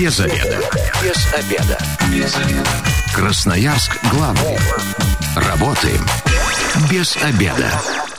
Без обеда. Без обеда. Без обеда. Красноярск главный. Работаем без обеда.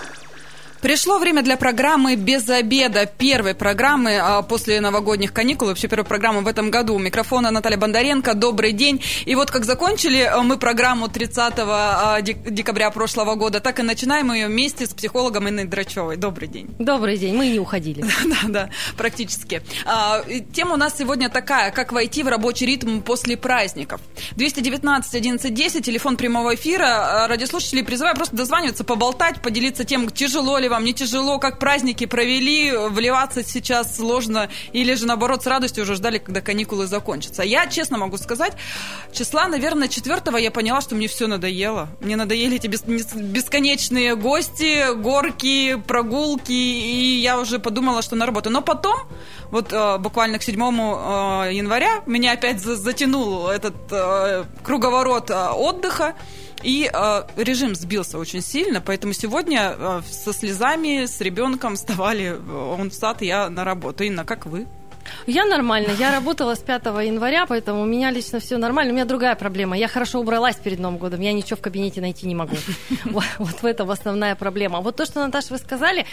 Пришло время для программы «Без обеда», первой программы после новогодних каникул, вообще первой программы в этом году. У микрофона Наталья Бондаренко. Добрый день. И вот как закончили мы программу 30 декабря прошлого года, так и начинаем ее вместе с психологом Инной Драчевой. Добрый день. Добрый день. Мы не уходили. Да, практически. Тема у нас сегодня такая: как войти в рабочий ритм после праздников. 219 11 10, телефон прямого эфира. Радиослушатели призываю просто дозваниваться, поболтать, поделиться тем, тяжело ли вам, не тяжело, как праздники провели, вливаться сейчас сложно, или же, наоборот, с радостью уже ждали, когда каникулы закончатся. Я, честно могу сказать, числа, наверное, 4-го я поняла, что мне все надоело. Мне надоели эти бесконечные гости, горки, прогулки, и я уже подумала, что на работу. Но потом, вот буквально к 7 января, меня опять затянул этот круговорот отдыха, и режим сбился очень сильно, поэтому сегодня со слезами, с ребенком вставали он в сад, я на работу. Инна, как вы? Я нормально. Я работала с 5 января, поэтому у меня лично все нормально. У меня другая проблема. Я хорошо убралась перед Новым годом. Я ничего в кабинете найти не могу. Вот в этом основная проблема. Вот то, что, Наташа, вы сказали,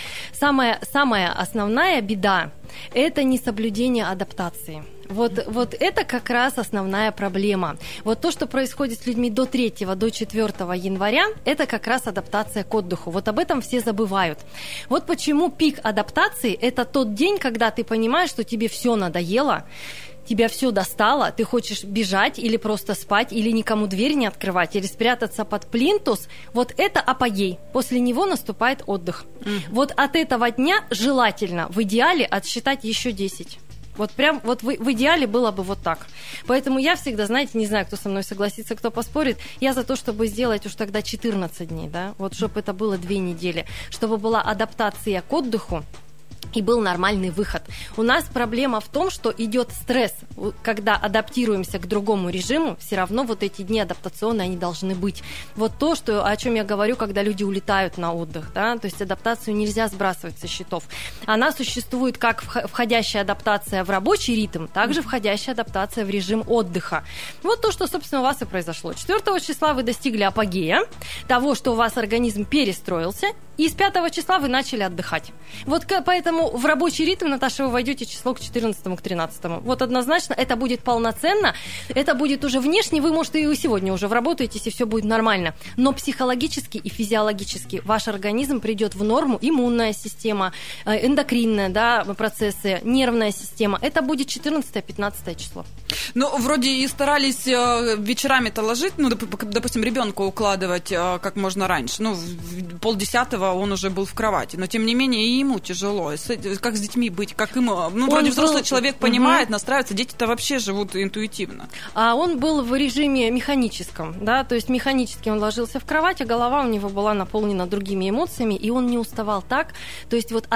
самая основная беда – это несоблюдение адаптации. Вот это как раз основная проблема. Вот то, что происходит с людьми до 3, до 4 января, это как раз адаптация к отдыху. Вот об этом все забывают. Вот почему пик адаптации – это тот день, когда ты понимаешь, что тебе все надоело, тебя все достало, ты хочешь бежать или просто спать, или никому дверь не открывать, или спрятаться под плинтус. Вот это апогей. После него наступает отдых. Вот от этого дня желательно в идеале отсчитать еще 10. Вот прям вот в идеале было бы вот так. Поэтому я всегда, знаете, не знаю, кто со мной согласится, кто поспорит, я за то, чтобы сделать уж тогда 14 дней, да, вот чтобы это было 2 недели, чтобы была адаптация к отдыху и был нормальный выход. У нас проблема в том, что идет стресс. Когда адаптируемся к другому режиму, все равно вот эти дни адаптационные, они должны быть. Вот то, о чем я говорю, когда люди улетают на отдых, да, то есть адаптацию нельзя сбрасывать со счетов. Она существует как входящая адаптация в рабочий ритм, также входящая адаптация в режим отдыха. Вот то, что, собственно, у вас и произошло. 4 числа вы достигли апогея, того, что у вас организм перестроился, и с 5 числа вы начали отдыхать. Вот поэтому в рабочий ритм, Наташа, вы войдете число к 14 к 13. Вот однозначно это будет полноценно, это будет уже внешне, вы, может, и сегодня уже вработаетесь, и все будет нормально. Но психологически и физиологически ваш организм придет в норму, иммунная система, эндокринная, да, процессы, нервная система. Это будет 14-15 число. Ну, вроде и старались вечерами-то ложить, ну, допустим, ребенка укладывать как можно раньше. Ну, в 9:30 он уже был в кровати, но тем не менее и ему тяжело. Как с детьми быть, как им... Ну, вроде взрослый человек понимает, настраивается, дети-то вообще живут интуитивно. А он был в режиме механическом, да, то есть механически он ложился в кровать, а голова у него была наполнена другими эмоциями, и он не уставал так, то есть вот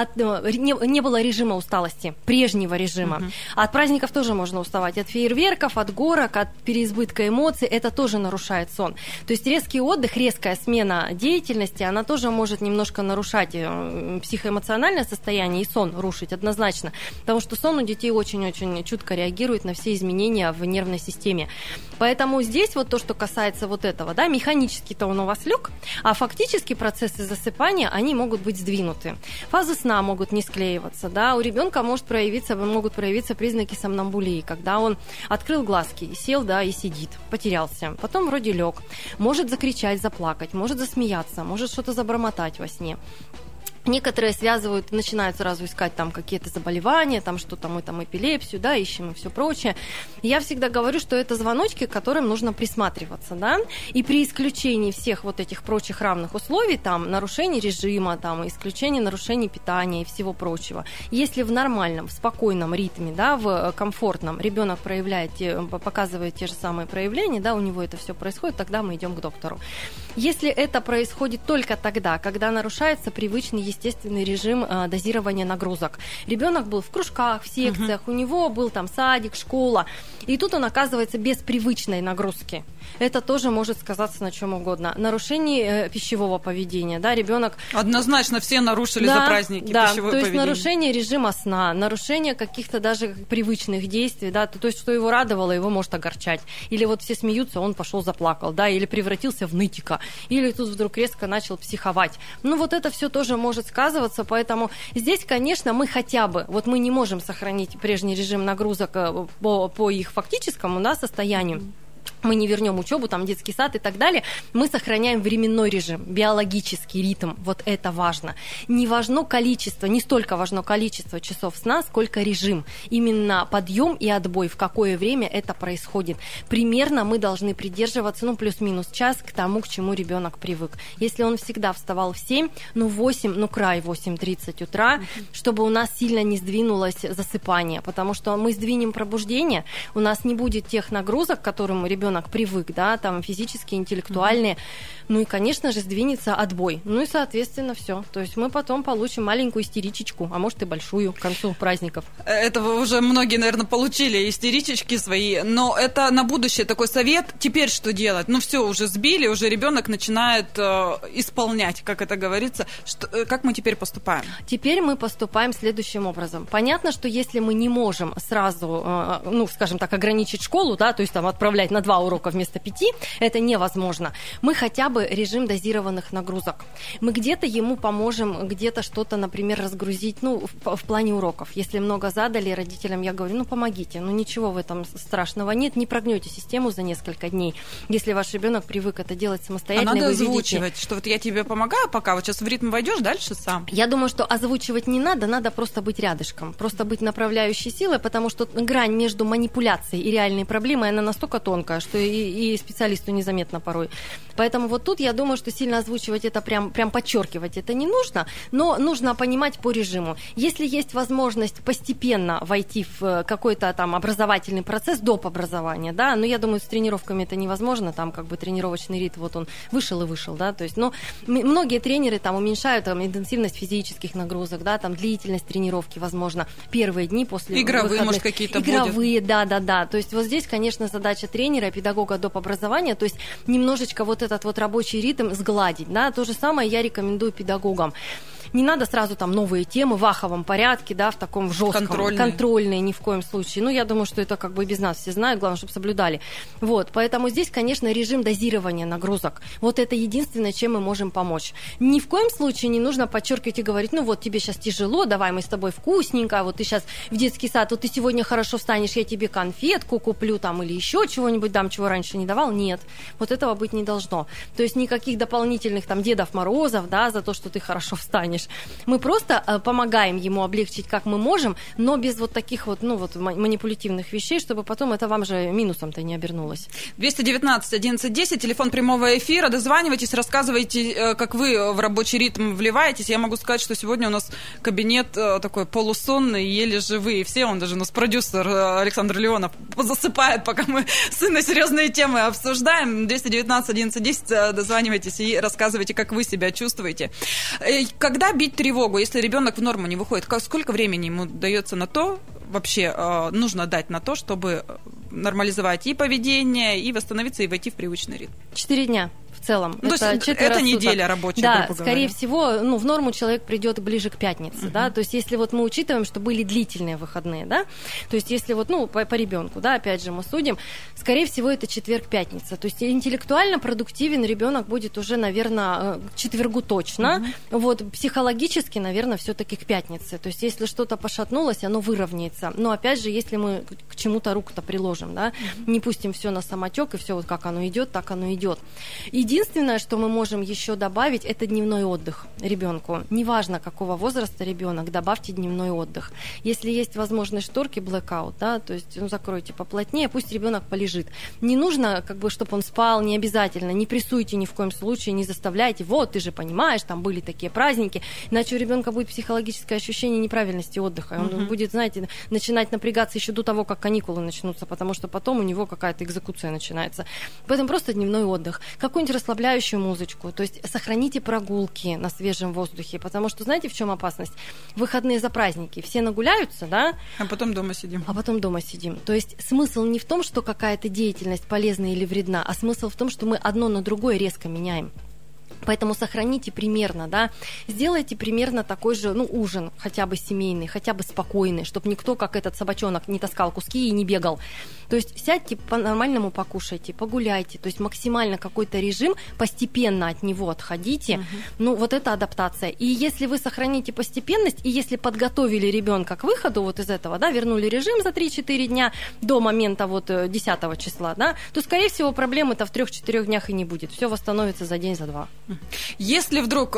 не было режима усталости, прежнего режима. От праздников тоже можно уставать, от фейерверков, от горок, от переизбытка эмоций, это тоже нарушает сон. То есть резкий отдых, резкая смена деятельности, она тоже может немножко нарушать психоэмоциональное состояние и сон рушить однозначно, потому что сон у детей очень-очень чутко реагирует на все изменения в нервной системе. Поэтому здесь вот то, что касается вот этого, да, механически-то он у вас лег, а фактически процессы засыпания, они могут быть сдвинуты. Фазы сна могут не склеиваться, да, у ребенка могут проявиться признаки сомнамбулии, когда он открыл глазки, сел, да, и сидит, потерялся, потом вроде лег, может закричать, заплакать, может засмеяться, может что-то забормотать во сне. Некоторые связывают, начинают сразу искать там какие-то заболевания, там что-то мы там эпилепсию, да, ищем и все прочее. Я всегда говорю, что это звоночки, к которым нужно присматриваться, да, и при исключении всех вот этих прочих равных условий, там, нарушений режима, там, исключение нарушений питания и всего прочего, если в нормальном, в спокойном ритме, да, в комфортном ребенок показывает те же самые проявления, да, у него это все происходит, тогда мы идем к доктору. Если это происходит только тогда, когда нарушается привычный естественный режим дозирования нагрузок. Ребенок был в кружках, в секциях, у него был там садик, школа, и тут он оказывается без привычной нагрузки. Это тоже может сказаться на чем угодно. Нарушение пищевого поведения, да, ребенок. Однозначно все нарушили за праздники пищевое поведение. То есть нарушение режима сна, нарушение каких-то даже привычных действий, да, то есть что его радовало, его может огорчать. Или вот все смеются, он пошел заплакал, да, или превратился в нытика, или тут вдруг резко начал психовать. Ну вот это все тоже может сказываться, поэтому здесь, конечно, мы хотя бы, вот мы не можем сохранить прежний режим нагрузок по их фактическому, да, состоянию. Мы не вернем учебу, там, детский сад и так далее, мы сохраняем временной режим, биологический ритм, вот это важно. Не важно количество, не столько важно количество часов сна, сколько режим. Именно подъем и отбой, в какое время это происходит. Примерно мы должны придерживаться, плюс-минус час к тому, к чему ребенок привык. Если он всегда вставал в 7, 8, край 8:30 утра, чтобы у нас сильно не сдвинулось засыпание, потому что мы сдвинем пробуждение, у нас не будет тех нагрузок, к которым ребенок привык, да, там физические, интеллектуальные, и, конечно же, сдвинется отбой. И, соответственно, все. То есть мы потом получим маленькую истеричечку, а может и большую к концу праздников. Этого уже многие, наверное, получили истеричечки свои, но это на будущее такой совет. Теперь что делать? Все, уже сбили, уже ребенок начинает исполнять, как это говорится. Как мы теперь поступаем? Теперь мы поступаем следующим образом. Понятно, что если мы не можем сразу, скажем так, ограничить школу, да, то есть там отправлять на 2 урока вместо 5, это невозможно. Мы хотя бы режим дозированных нагрузок. Мы где-то ему поможем, где-то что-то, например, разгрузить, в плане уроков. Если много задали родителям, я говорю, помогите, ничего в этом страшного нет, не прогнете систему за несколько дней. Если ваш ребенок привык это делать самостоятельно, надо озвучивать, что вот я тебе помогаю пока, вот сейчас в ритм войдешь, дальше сам. Я думаю, что озвучивать не надо просто быть рядышком, просто быть направляющей силой, потому что грань между манипуляцией и реальной проблемой, она настолько тонкая, что и специалисту незаметно порой. Поэтому вот тут я думаю, что сильно озвучивать это, прям подчеркивать это не нужно, но нужно понимать по режиму. Если есть возможность постепенно войти в какой-то там образовательный процесс, доп. Образования, да, я думаю, с тренировками это невозможно, там тренировочный ритм, вот он вышел и вышел, да, то есть, многие тренеры там уменьшают интенсивность физических нагрузок, да, там длительность тренировки, возможно, первые дни после игровые, выходных. Может, какие-то игровые, да, то есть вот здесь, конечно, задача тренера, педагога доп. Образования, то есть немножечко вот этот вот рабочий ритм сгладить, да, то же самое я рекомендую педагогам. Не надо сразу там новые темы в аховом порядке, да, в таком жестком. Контрольные ни в коем случае. Я думаю, что это без нас все знают, главное, чтобы соблюдали. Вот, поэтому здесь, конечно, режим дозирования нагрузок. Вот это единственное, чем мы можем помочь. Ни в коем случае не нужно подчеркивать и говорить, тебе сейчас тяжело, давай мы с тобой вкусненько, вот ты сейчас в детский сад, вот ты сегодня хорошо встанешь, я тебе конфетку куплю там или еще чего-нибудь дам, чего раньше не давал. Нет, вот этого быть не должно. То есть никаких дополнительных там Дедов Морозов, да, за то, что ты хорошо встанешь. Мы просто помогаем ему облегчить, как мы можем, но без вот таких манипулятивных вещей, чтобы потом это вам же минусом-то не обернулось. 219-11-10, телефон прямого эфира. Дозванивайтесь, рассказывайте, как вы в рабочий ритм вливаетесь. Я могу сказать, что сегодня у нас кабинет такой полусонный, еле живые. Все, он даже у нас продюсер Александр Леонов засыпает, пока мы с Инной серьезные темы обсуждаем. 219-11-10, дозванивайтесь и рассказывайте, как вы себя чувствуете. Когда бить тревогу, если ребенок в норму не выходит? Сколько времени ему дается на то, вообще нужно дать на то, чтобы нормализовать и поведение, и восстановиться, и войти в привычный ритм? 4 дня. В целом. То это неделя рабочая, да, грубо скорее говоря. всего, в норму человек придет ближе к пятнице, да, то есть если мы учитываем, что были длительные выходные, да, то есть если по ребенку, да, опять же мы судим, скорее всего это четверг-пятница, то есть интеллектуально продуктивен ребенок будет уже, наверное, к четвергу точно, психологически, наверное, все-таки к пятнице, то есть если что-то пошатнулось, оно выровняется, но опять же, если мы к чему-то руку-то приложим, да, не пустим все на самотек и все вот как оно идет, так оно идет. Единственное, что мы можем еще добавить, это дневной отдых ребенку. Неважно, какого возраста ребенок, добавьте дневной отдых. Если есть возможность шторки, blackout, да, то есть закройте поплотнее, пусть ребенок полежит. Не нужно, чтобы он спал, не обязательно, не прессуйте ни в коем случае, не заставляйте, вот, ты же понимаешь, там были такие праздники, иначе у ребенка будет психологическое ощущение неправильности отдыха. Он будет, знаете, начинать напрягаться еще до того, как каникулы начнутся, потому что потом у него какая-то экзекуция начинается. Поэтому просто дневной отдых. Какой-нибудь расслабляющую музычку, то есть сохраните прогулки на свежем воздухе, потому что знаете, в чем опасность? Выходные за праздники, все нагуляются, да? А потом дома сидим. То есть смысл не в том, что какая-то деятельность полезна или вредна, а смысл в том, что мы одно на другое резко меняем. Поэтому сохраните примерно, да, сделайте примерно такой же, ужин, хотя бы семейный, хотя бы спокойный, чтобы никто, как этот собачонок, не таскал куски и не бегал. То есть сядьте по-нормальному, покушайте, погуляйте, то есть максимально какой-то режим, постепенно от него отходите. Вот это адаптация. И если вы сохраните постепенность, и если подготовили ребенка к выходу вот из этого, да, вернули режим за 3-4 дня до момента 10 числа, да, то, скорее всего, проблемы-то в 3-4 днях и не будет. Все восстановится за день, за два. Если вдруг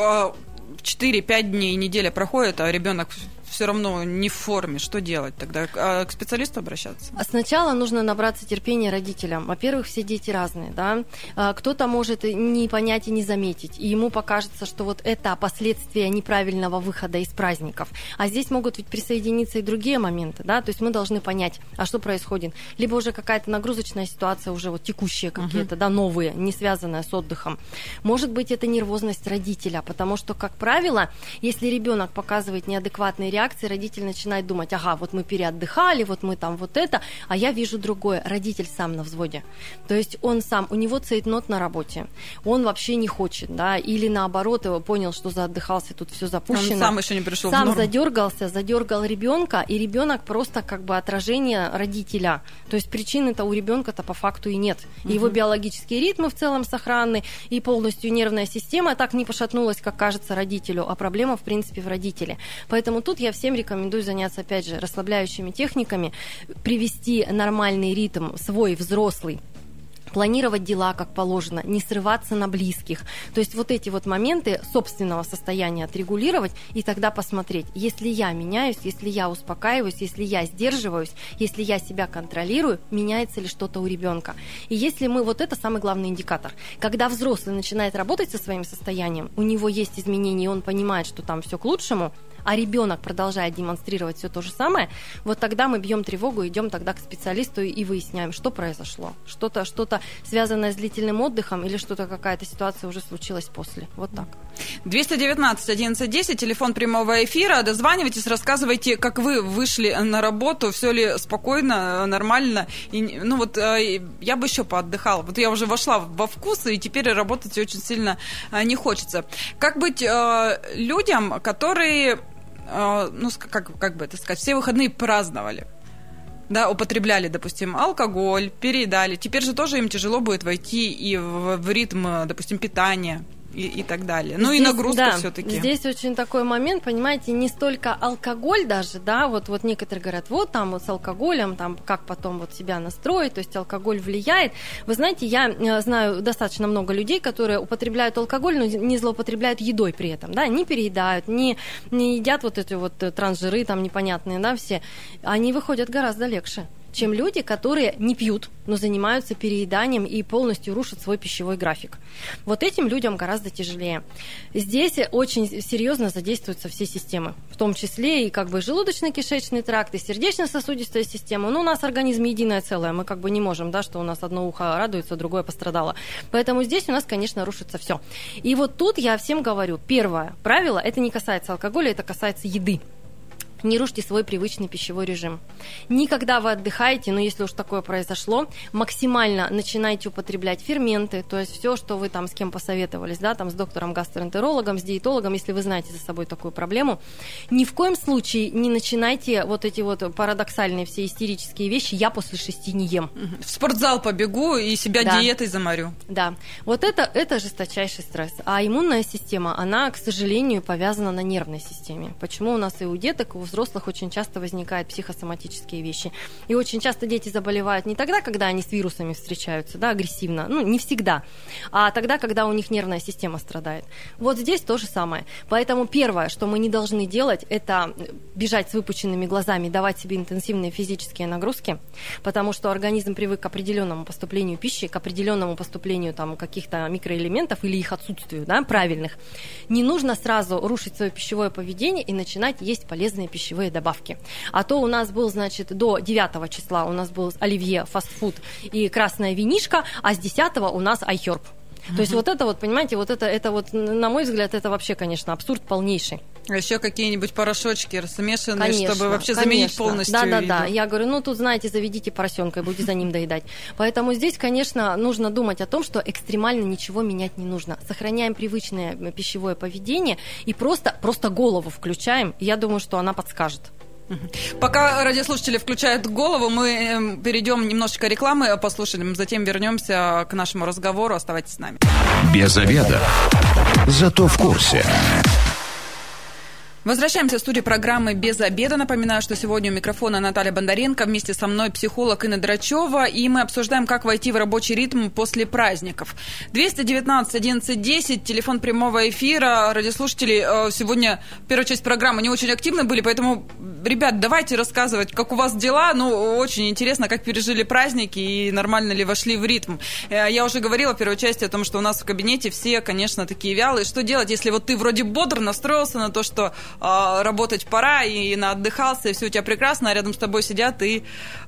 4-5 дней, неделя проходит, а ребенок все равно не в форме, что делать тогда? К специалисту обращаться? Сначала нужно набраться терпения родителям. Во-первых, все дети разные, да. Кто-то может не понять и не заметить, и ему покажется, что вот это последствия неправильного выхода из праздников. А здесь могут ведь присоединиться и другие моменты, да, то есть мы должны понять, а что происходит. Либо уже какая-то нагрузочная ситуация, уже вот текущие какие-то, да, новые, не связанные с отдыхом. Может быть, это нервозность родителя, потому что, как правило, если ребенок показывает неадекватные реакции, родитель начинает думать, ага, вот мы переотдыхали, вот мы там вот это, а я вижу другое. Родитель сам на взводе. То есть он сам, у него цейтнот на работе. Он вообще не хочет, да, или наоборот, понял, что заотдыхался, тут все запущено. Он сам еще не пришел в норму. Сам задергал ребенка, и ребенок просто как бы отражение родителя. То есть причины-то у ребенка-то по факту и нет. И его биологические ритмы в целом сохранны, и полностью нервная система так не пошатнулась, как кажется родителю, а проблема, в принципе, в родителе. Поэтому тут я всем рекомендую заняться, опять же, расслабляющими техниками, привести нормальный ритм, свой, взрослый, планировать дела как положено, не срываться на близких. То есть вот эти вот моменты собственного состояния отрегулировать и тогда посмотреть, если я меняюсь, если я успокаиваюсь, если я сдерживаюсь, если я себя контролирую, меняется ли что-то у ребенка. И если мы, вот это самый главный индикатор. Когда взрослый начинает работать со своим состоянием, у него есть изменения, и он понимает, что там все к лучшему, а ребенок продолжает демонстрировать все то же самое, вот тогда мы бьем тревогу, идем тогда к специалисту и выясняем, что произошло. Что-то связанное с длительным отдыхом или что-то, какая-то ситуация уже случилась после. Вот так. 219-11-10, телефон прямого эфира. Дозванивайтесь, рассказывайте, как вы вышли на работу, все ли спокойно, нормально. И, я бы еще поотдыхала. Вот я уже вошла во вкус, и теперь работать очень сильно не хочется. Как быть людям, которые... как бы это сказать, все выходные праздновали, да, употребляли, допустим, алкоголь, переедали. Теперь же тоже им тяжело будет войти и в ритм, допустим, питания и так далее. Здесь, и нагрузка все-таки. Здесь очень такой момент, понимаете, не столько алкоголь даже, да, вот некоторые говорят, вот там вот с алкоголем, там как потом вот себя настроить, то есть алкоголь влияет. Вы знаете, я знаю достаточно много людей, которые употребляют алкоголь, но не злоупотребляют едой при этом, да, не переедают, не едят вот эти вот трансжиры там непонятные, да, все. Они выходят гораздо легче, чем люди, которые не пьют, но занимаются перееданием и полностью рушат свой пищевой график. Вот этим людям гораздо тяжелее. Здесь очень серьезно задействуются все системы, в том числе и как бы желудочно-кишечный тракт, и сердечно-сосудистая система. У нас организм единое целое, мы как бы не можем, да, что у нас одно ухо радуется, другое пострадало. Поэтому здесь у нас, конечно, рушится все. И вот тут я всем говорю, первое правило, это не касается алкоголя, это касается еды. Не рушьте свой привычный пищевой режим. Никогда вы отдыхаете, но если уж такое произошло, максимально начинайте употреблять ферменты, то есть все, что вы там с кем посоветовались, да, там с доктором-гастроэнтерологом, с диетологом, если вы знаете за собой такую проблему, ни в коем случае не начинайте вот эти вот парадоксальные все истерические вещи «я после 6 не ем». В спортзал побегу и себя диетой заморю. Да, вот это жесточайший стресс. А иммунная система, она, к сожалению, повязана на нервной системе. Почему у нас и у деток, и у взрослых очень часто возникают психосоматические вещи. И очень часто дети заболевают не тогда, когда они с вирусами встречаются, да, агрессивно, не всегда, а тогда, когда у них нервная система страдает. Вот здесь то же самое. Поэтому первое, что мы не должны делать, это бежать с выпученными глазами, давать себе интенсивные физические нагрузки, потому что организм привык к определенному поступлению пищи, к определенному поступлению там каких-то микроэлементов или их отсутствию, да, правильных. Не нужно сразу рушить свое пищевое поведение и начинать есть полезные пищевые добавки. А то у нас был, значит, до 9 числа у нас был оливье, фастфуд и красная винишка, а с 10 у нас iHerb. То есть вот это вот, понимаете, вот это вот, на мой взгляд, это вообще, конечно, абсурд полнейший. А еще какие-нибудь порошочки смешанные, чтобы вообще заменить полностью. Да. Я говорю, ну тут, знаете, заведите поросенка и будете за ним доедать. Поэтому здесь, конечно, нужно думать о том, что экстремально ничего менять не нужно. Сохраняем привычное пищевое поведение и просто голову включаем. И я думаю, что она подскажет. Пока радиослушатели включают голову, мы перейдем немножечко рекламы, послушаем, затем вернемся к нашему разговору. Оставайтесь с нами. Без обеда. Зато в курсе. Возвращаемся в студию программы «Без обеда». Напоминаю, что сегодня у микрофона Наталья Бондаренко, вместе со мной психолог Инна Драчева, и мы обсуждаем, как войти в рабочий ритм после праздников. 219-11-10, телефон прямого эфира. Радиослушатели сегодня, первая часть программы, не очень активны были, поэтому, ребят, давайте рассказывать, как у вас дела. Ну, очень интересно, как пережили праздники и нормально ли вошли в ритм. Я уже говорила в первой части о том, что у нас в кабинете все, конечно, такие вялые. Что делать, если вот ты вроде бодр, настроился на то, что работать пора, и наотдыхался, и все у тебя прекрасно, а рядом с тобой сидят и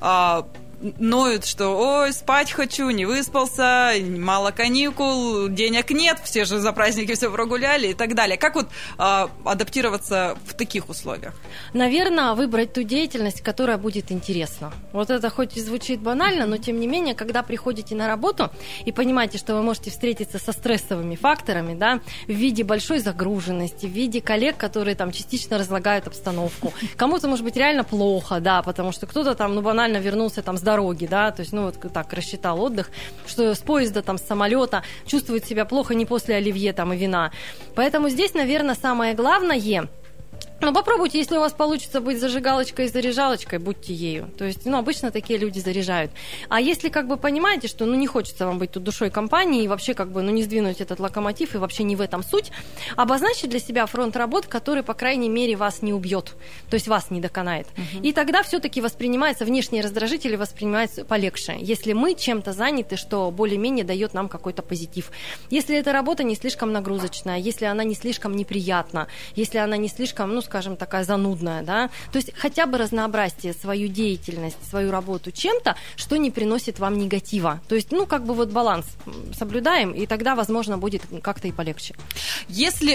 ноют, что ой, спать хочу, не выспался, мало каникул, денег нет, все же за праздники все прогуляли и так далее. Как вот адаптироваться в таких условиях? Наверное, выбрать ту деятельность, которая будет интересна. Вот это хоть и звучит банально, но тем не менее, когда приходите на работу и понимаете, что вы можете встретиться со стрессовыми факторами, да, в виде большой загруженности, в виде коллег, которые там частично разлагают обстановку. Кому-то, может быть, реально плохо, да, потому что кто-то там, ну, банально вернулся там с дороги, да, то есть, ну, вот так рассчитал отдых, что с поезда, там, с самолета, чувствует себя плохо не после оливье, там, и вина. Поэтому здесь, наверное, самое главное... Ну, попробуйте, если у вас получится быть зажигалочкой и заряжалочкой, будьте ею. То есть, ну, обычно такие люди заряжают. А если, как бы, понимаете, что, ну, не хочется вам быть тут душой компании и вообще, как бы, ну, не сдвинуть этот локомотив, и вообще не в этом суть, обозначьте для себя фронт работ, который, по крайней мере, вас не убьет, то есть вас не доконает. И тогда все-таки воспринимается, внешние раздражители воспринимаются полегче, если мы чем-то заняты, что более-менее дает нам какой-то позитив. Если эта работа не слишком нагрузочная, если она не слишком неприятна, если она не слишком, ну, скажем, такая занудная, да, то есть хотя бы разнообразьте свою деятельность, свою работу чем-то, что не приносит вам негатива. То есть, ну, как бы вот баланс соблюдаем, и тогда, возможно, будет как-то и полегче. Если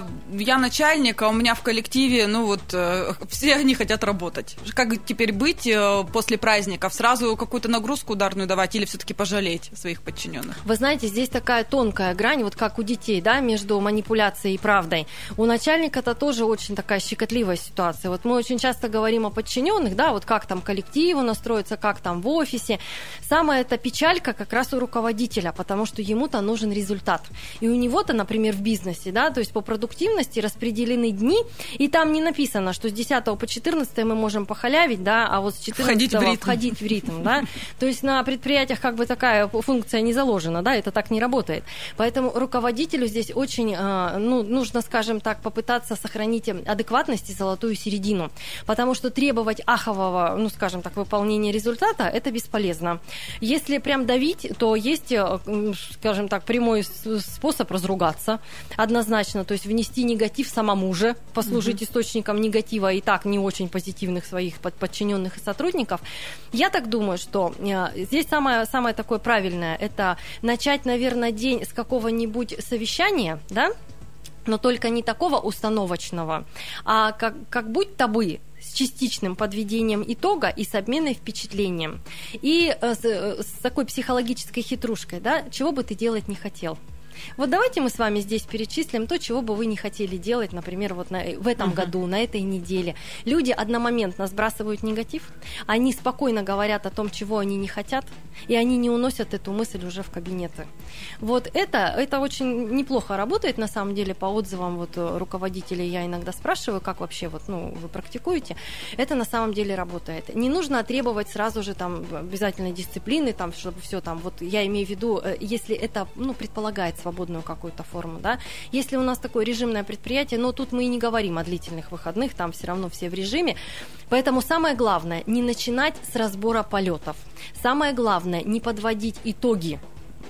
я начальник, а у меня в коллективе, ну, вот, все они хотят работать, как теперь быть после праздников? Сразу какую-то нагрузку ударную давать или все-таки пожалеть своих подчиненных? Вы знаете, здесь такая тонкая грань, вот как у детей, да, между манипуляцией и правдой. У начальника это тоже очень такая щекотливая ситуация. Вот мы очень часто говорим о подчиненных, да, вот как там коллективу настроиться, как там в офисе. Самая эта печалька как раз у руководителя, потому что ему-то нужен результат. И у него-то, например, в бизнесе, да, то есть по продуктивности распределены дни, и там не написано, что с 10 по 14 мы можем похалявить, да, а вот с 14 входить в ритм, да. То есть на предприятиях как бы такая функция не заложена, да, это так не работает. Поэтому руководителю здесь очень, ну, нужно, скажем так, попытаться сохранить адекватность и золотую середину, потому что требовать ахового, ну, скажем так, выполнения результата, это бесполезно. Если прям давить, то есть, скажем так, прямой способ разругаться однозначно, то есть внести негатив самому же, послужить источником негатива и так не очень позитивных своих подчиненных и сотрудников. Я так думаю, что здесь самое такое правильное, это начать, наверное, день с какого-нибудь совещания, да, но только не такого установочного, а как будто бы с частичным подведением итога и с обменной впечатлением. И с такой психологической хитрушкой, да, чего бы ты делать не хотел. Вот давайте мы с вами здесь перечислим то, чего бы вы не хотели делать, например, вот в этом году, на этой неделе. Люди одномоментно сбрасывают негатив, они спокойно говорят о том, чего они не хотят, и они не уносят эту мысль уже в кабинеты. Вот это очень неплохо работает, на самом деле, по отзывам вот руководителей я иногда спрашиваю, как вообще вот, ну, вы практикуете. Это на самом деле работает. Не нужно требовать сразу же там обязательной дисциплины, там, чтобы все там, вот я имею в виду, если это, ну, предполагает свободную какую-то форму, да. Если у нас такое режимное предприятие, но тут мы и не говорим о длительных выходных, там все равно все в режиме. Поэтому самое главное, не начинать с разбора полетов. Самое главное, не подводить итоги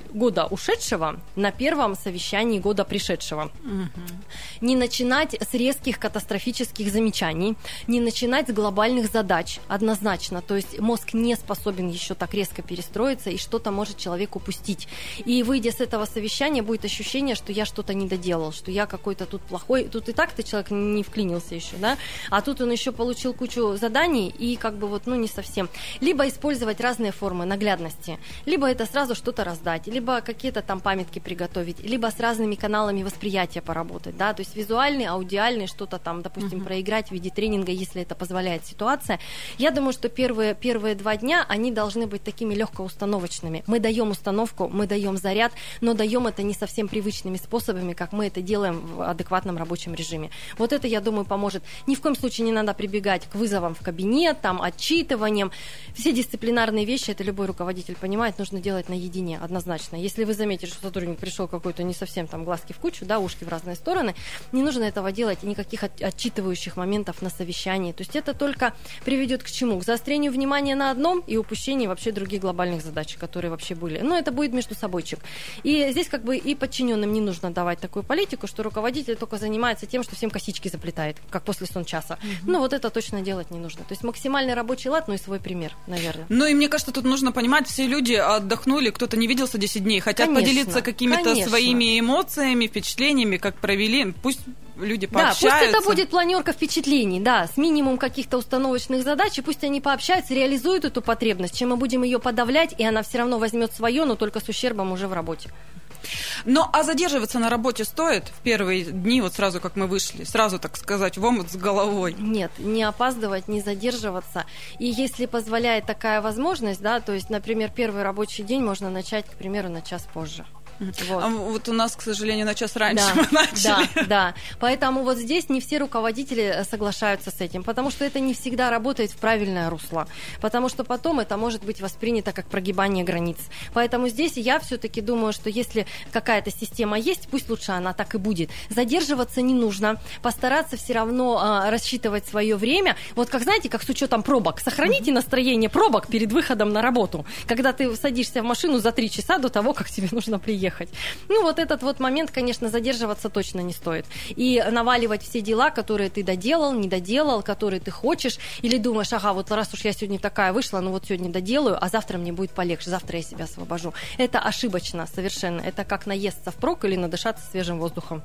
года ушедшего на первом совещании года пришедшего. Не начинать с резких катастрофических замечаний, не начинать с глобальных задач однозначно. То есть мозг не способен еще так резко перестроиться, и что-то может человек упустить. И выйдя с этого совещания, будет ощущение, что я что-то не доделал, что я какой-то тут плохой. Тут и так-то человек не вклинился еще, да? А тут он еще получил кучу заданий и как бы вот, не совсем. Либо использовать разные формы наглядности, либо это сразу что-то раздать, либо какие-то там памятки приготовить, либо с разными каналами восприятия поработать, да, то есть визуальный, аудиальный, что-то там, допустим, проиграть в виде тренинга, если это позволяет ситуация. Я думаю, что первые 2 дня, они должны быть такими легкоустановочными. Мы даем установку, мы даем заряд, но даем это не совсем привычными способами, как мы это делаем в адекватном рабочем режиме. Вот это, я думаю, поможет. Ни в коем случае не надо прибегать к вызовам в кабинет, там, отчитываниям. Все дисциплинарные вещи, это любой руководитель понимает, нужно делать наедине, однозначно. Если вы заметили, что сотрудник пришел какой-то не совсем там глазки в кучу, да, ушки в разные стороны, не нужно этого делать, и никаких отчитывающих моментов на совещании. То есть это только приведет к чему? К заострению внимания на одном и упущению вообще других глобальных задач, которые вообще были. Но это будет между собойчик. И здесь как бы и подчиненным не нужно давать такую политику, что руководитель только занимается тем, что всем косички заплетает, как после сончаса. Вот это точно делать не нужно. То есть максимальный рабочий лад, и свой пример, наверное. И мне кажется, тут нужно понимать, все люди отдохнули, кто-то не виделся 10 дней, хотят поделиться какими-то своими эмоциями, впечатлениями, как провели, пусть люди пообщаются. Да, пусть это будет планерка впечатлений, да, с минимум каких-то установочных задач, и пусть они пообщаются, реализуют эту потребность, чем мы будем ее подавлять, и она все равно возьмет свое, но только с ущербом уже в работе. А задерживаться на работе стоит в первые дни, вот сразу как мы вышли, сразу, так сказать, в омут с головой? Нет, не опаздывать, не задерживаться. И если позволяет такая возможность, да, то есть, например, первый рабочий день можно начать, к примеру, на час позже. Вот у нас, к сожалению, на час раньше мы начали. Да. Поэтому вот здесь не все руководители соглашаются с этим, потому что это не всегда работает в правильное русло, потому что потом это может быть воспринято как прогибание границ. Поэтому здесь я все-таки думаю, что если какая-то система есть, пусть лучше она так и будет. Задерживаться не нужно, постараться все равно рассчитывать свое время. Вот как, знаете, как с учетом пробок. Сохраните настроение пробок перед выходом на работу, когда ты садишься в машину за 3 часа до того, как тебе нужно приехать. Вот этот вот момент, конечно, задерживаться точно не стоит. И наваливать все дела, которые ты доделал, не доделал, которые ты хочешь, или думаешь, вот раз уж я сегодня такая вышла, вот сегодня доделаю, а завтра мне будет полегче, завтра я себя освобожу. Это ошибочно совершенно. Это как наесться впрок или надышаться свежим воздухом.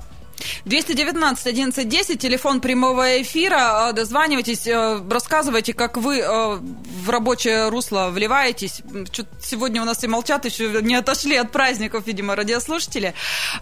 219 11 10, телефон прямого эфира. Дозванивайтесь, рассказывайте, как вы в рабочее русло вливаетесь. Сегодня у нас все молчат, еще не отошли от праздников, видимо, радиослушатели.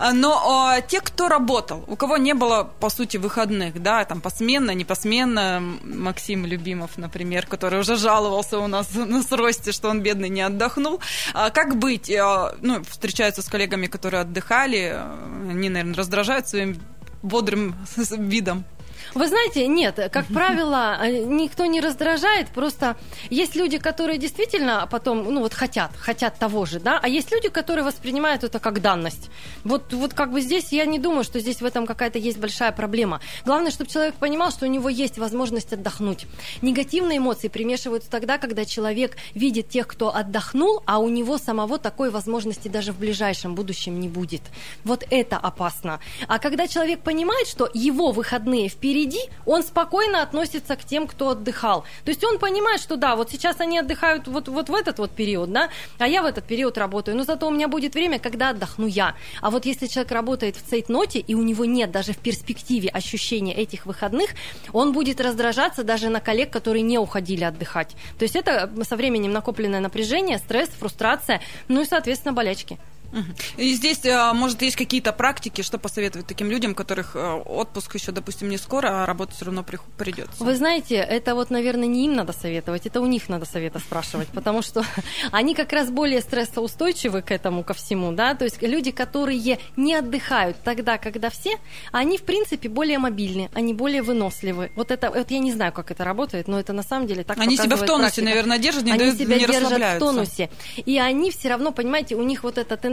Но те, кто работал, у кого не было, по сути, выходных, да, там посменно, не посменно, Максим Любимов, например, который уже жаловался у нас на сросте, что он, бедный, не отдохнул. Как быть? Встречаются с коллегами, которые отдыхали, они, наверное, раздражают своим бодрым видом. Вы знаете, нет, как правило, никто не раздражает, просто есть люди, которые действительно потом, хотят того же, да, а есть люди, которые воспринимают это как данность. Вот как бы здесь я не думаю, что здесь в этом какая-то есть большая проблема. Главное, чтобы человек понимал, что у него есть возможность отдохнуть. Негативные эмоции примешиваются тогда, когда человек видит тех, кто отдохнул, а у него самого такой возможности даже в ближайшем будущем не будет. Вот это опасно. А когда человек понимает, что его выходные впереди, он спокойно относится к тем, кто отдыхал. То есть он понимает, что да, вот сейчас они отдыхают вот в этот вот период, да, а я в этот период работаю, но зато у меня будет время, когда отдохну я. А вот если человек работает в цейтноте, и у него нет даже в перспективе ощущения этих выходных, он будет раздражаться даже на коллег, которые не уходили отдыхать. То есть это со временем накопленное напряжение, стресс, фрустрация, и, соответственно, болячки. И здесь, может, есть какие-то практики, что посоветовать таким людям, у которых отпуск еще, допустим, не скоро, а работать все равно придется? Вы знаете, это наверное, не им надо советовать, это у них надо совета спрашивать, потому что они как раз более стрессоустойчивы к этому, ко всему, да, то есть люди, которые не отдыхают тогда, когда все, они, в принципе, более мобильны, они более выносливы. Вот я не знаю, как это работает, но это на самом деле так они показывает себя в тонусе, практика. наверное, держат, они себя не держат расслабляются. В тонусе, и они все равно, понимаете, у них вот эта тенденция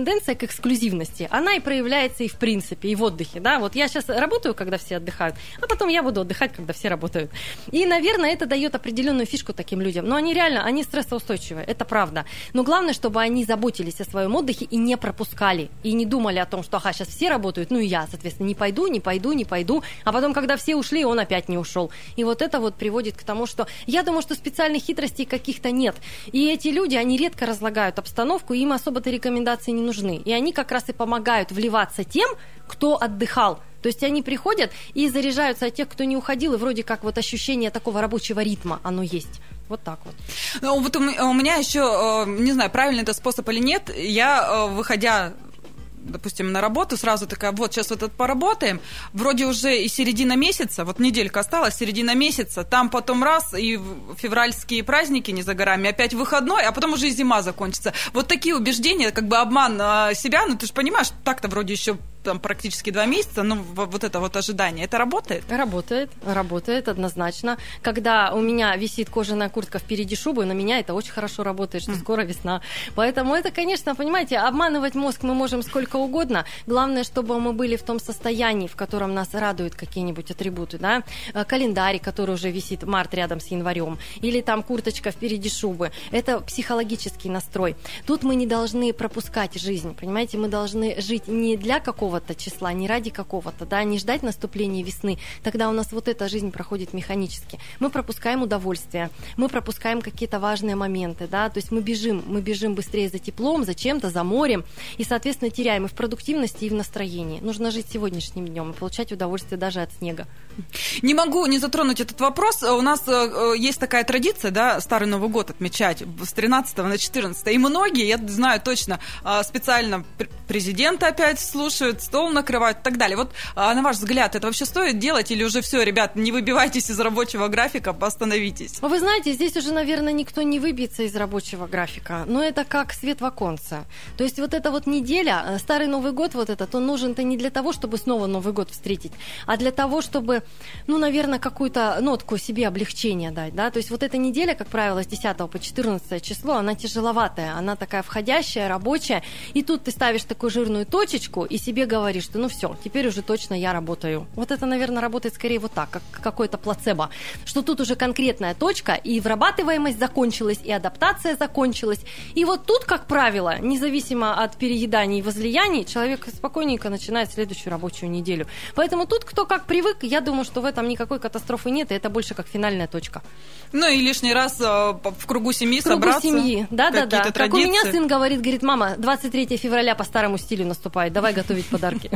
тенденция к эксклюзивности, она и проявляется и в принципе, и в отдыхе, да, вот я сейчас работаю, когда все отдыхают, а потом я буду отдыхать, когда все работают. И, наверное, это дает определенную фишку таким людям, но они реально, они стрессоустойчивые, это правда. Но главное, чтобы они заботились о своем отдыхе и не пропускали, и не думали о том, что, ага, сейчас все работают, ну и я, соответственно, не пойду, а потом, когда все ушли, он опять не ушел. И вот это вот приводит к тому, что я думаю, что специальных хитростей каких-то нет. И эти люди, они редко разлагают обстановку, им особо-то рекомендации не нужны. И они как раз и помогают вливаться тем, кто отдыхал. То есть они приходят и заряжаются от тех, кто не уходил, и вроде как вот ощущение такого рабочего ритма, оно есть. Вот так вот. Ну, вот у меня еще, не знаю, правильный это способ или нет, я, выходя, допустим, на работу, сразу такая, вот, сейчас вот это поработаем, вроде уже и середина месяца, вот неделька осталась, середина месяца, там потом раз, и февральские праздники не за горами, опять выходной, а потом уже и зима закончится. Вот такие убеждения, как бы обман себя, ну, ты же понимаешь, так-то вроде еще там практически 2 месяца, но вот это вот ожидание, это работает? Работает однозначно. Когда у меня висит кожаная куртка впереди шубы, на меня это очень хорошо работает, что скоро весна. Поэтому это, конечно, понимаете, обманывать мозг мы можем сколько угодно. Главное, чтобы мы были в том состоянии, в котором нас радуют какие-нибудь атрибуты, да? Календарь, который уже висит, март рядом с январем, или там курточка впереди шубы. Это психологический настрой. Тут мы не должны пропускать жизнь, понимаете? Мы должны жить не для какого-то числа, не ради какого-то, да, не ждать наступления весны, тогда у нас вот эта жизнь проходит механически. Мы пропускаем удовольствие, мы пропускаем какие-то важные моменты, да, то есть мы бежим быстрее за теплом, за чем-то, за морем, и, соответственно, теряем и в продуктивности, и в настроении. Нужно жить сегодняшним днем и получать удовольствие даже от снега. Не могу не затронуть этот вопрос. У нас есть такая традиция, да, Старый Новый год отмечать с 13 на 14. И многие, я знаю точно, специально президента опять слушают, стол накрывают и так далее. Вот, на ваш взгляд, это вообще стоит делать или уже все, ребят, не выбивайтесь из рабочего графика, остановитесь? Вы знаете, здесь уже, наверное, никто не выбьется из рабочего графика, но это как свет в оконце. То есть вот эта вот неделя, Старый Новый год вот этот, он нужен-то не для того, чтобы снова Новый год встретить, а для того, чтобы, ну, наверное, какую-то нотку себе облегчения дать, да, то есть вот эта неделя, как правило, с 10 по 14 число, она тяжеловатая, она такая входящая, рабочая, и тут ты ставишь такую жирную точечку и себе говоришь, что ну все, теперь уже точно я работаю. Вот это, наверное, работает скорее вот так, как какое-то плацебо, что тут уже конкретная точка, и вырабатываемость закончилась, и адаптация закончилась, и вот тут, как правило, независимо от перееданий и возлияний, человек спокойненько начинает следующую рабочую неделю. Поэтому тут кто как привык, я думаю, что в этом никакой катастрофы нет, и это больше как финальная точка. Ну и лишний раз в кругу семьи собраться. В кругу семьи, да-да-да. Как у меня сын говорит, мама, 23 февраля по старому стилю наступает, давай готовить подарки.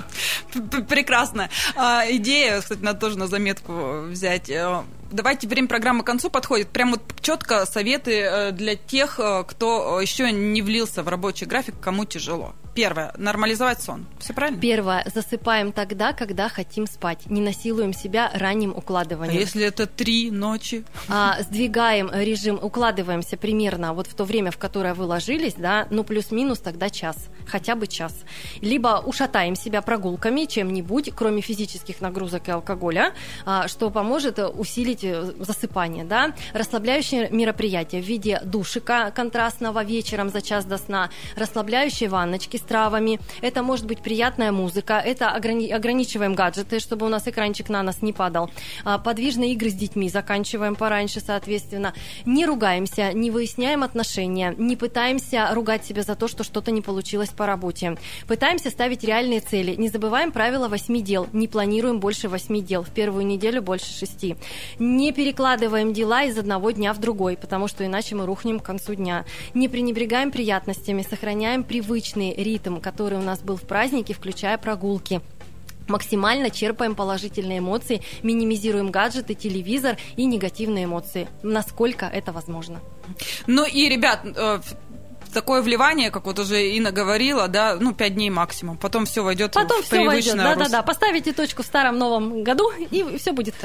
Прекрасно. Идея, кстати, надо тоже на заметку взять. Давайте, время программы к концу подходит. Прям вот четко советы для тех, кто еще не влился в рабочий график, кому тяжело. Первое. Нормализовать сон. Все правильно? Первое. Засыпаем тогда, когда хотим спать. Не насилуем себя ранним укладыванием. А если это 3 ночи? Сдвигаем режим, укладываемся примерно вот в то время, в которое вы ложились, да, ну плюс-минус тогда час. Хотя бы час. Либо ушатаем себя прогулками, чем-нибудь, кроме физических нагрузок и алкоголя, что поможет усилить засыпание, да. Расслабляющие мероприятия в виде душика контрастного вечером за час до сна, расслабляющие ванночки с травами. Это может быть приятная музыка, это ограничиваем гаджеты, чтобы у нас экранчик на нас не падал. Подвижные игры с детьми заканчиваем пораньше, соответственно. Не ругаемся, не выясняем отношения, не пытаемся ругать себя за то, что что-то не получилось по работе. Пытаемся ставить реальные цели. Не забываем правило 8 дел. Не планируем больше 8 дел. В первую неделю больше 6. Не перекладываем дела из одного дня в другой, потому что иначе мы рухнем к концу дня. Не пренебрегаем приятностями, сохраняем привычный ритм, который у нас был в празднике, включая прогулки. Максимально черпаем положительные эмоции, минимизируем гаджеты, телевизор и негативные эмоции, насколько это возможно. Ну и, ребят, такое вливание, как вот уже Инна говорила, да, 5 дней максимум. Потом все войдет в привычное русло. Да-да-да. Поставите точку в старом новом году, и все будет хорошо.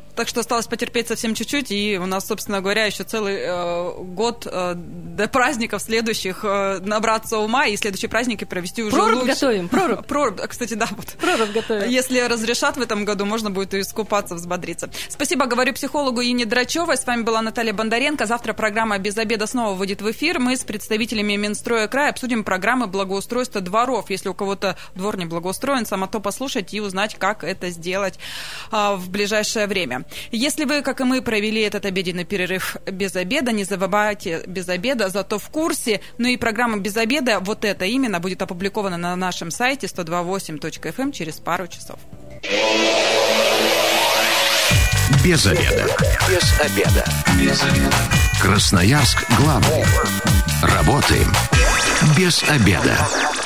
Так что осталось потерпеть совсем чуть-чуть, и у нас, собственно говоря, еще целый год до праздников следующих набраться ума, и следующие праздники провести уже прорубь лучше. Готовим, прорубь. Кстати, да, вот. Прорубь готовим. Если разрешат в этом году, можно будет и искупаться, взбодриться. Спасибо, говорю психологу Инне Драчевой. С вами была Наталья Бондаренко. Завтра программа «Без обеда» снова выйдет в эфир. Мы с представителями Минстроя края обсудим программы благоустройства дворов. Если у кого-то двор не благоустроен, само то послушать и узнать, как это сделать в ближайшее время. Если вы, как и мы, провели этот обеденный перерыв без обеда, не забывайте без обеда, зато в курсе. Ну и программа «Без обеда», вот это именно, будет опубликована на нашем сайте 102.8.fm через пару часов. Без обеда. Без обеда. Без обеда. Красноярск главный. Работаем без обеда.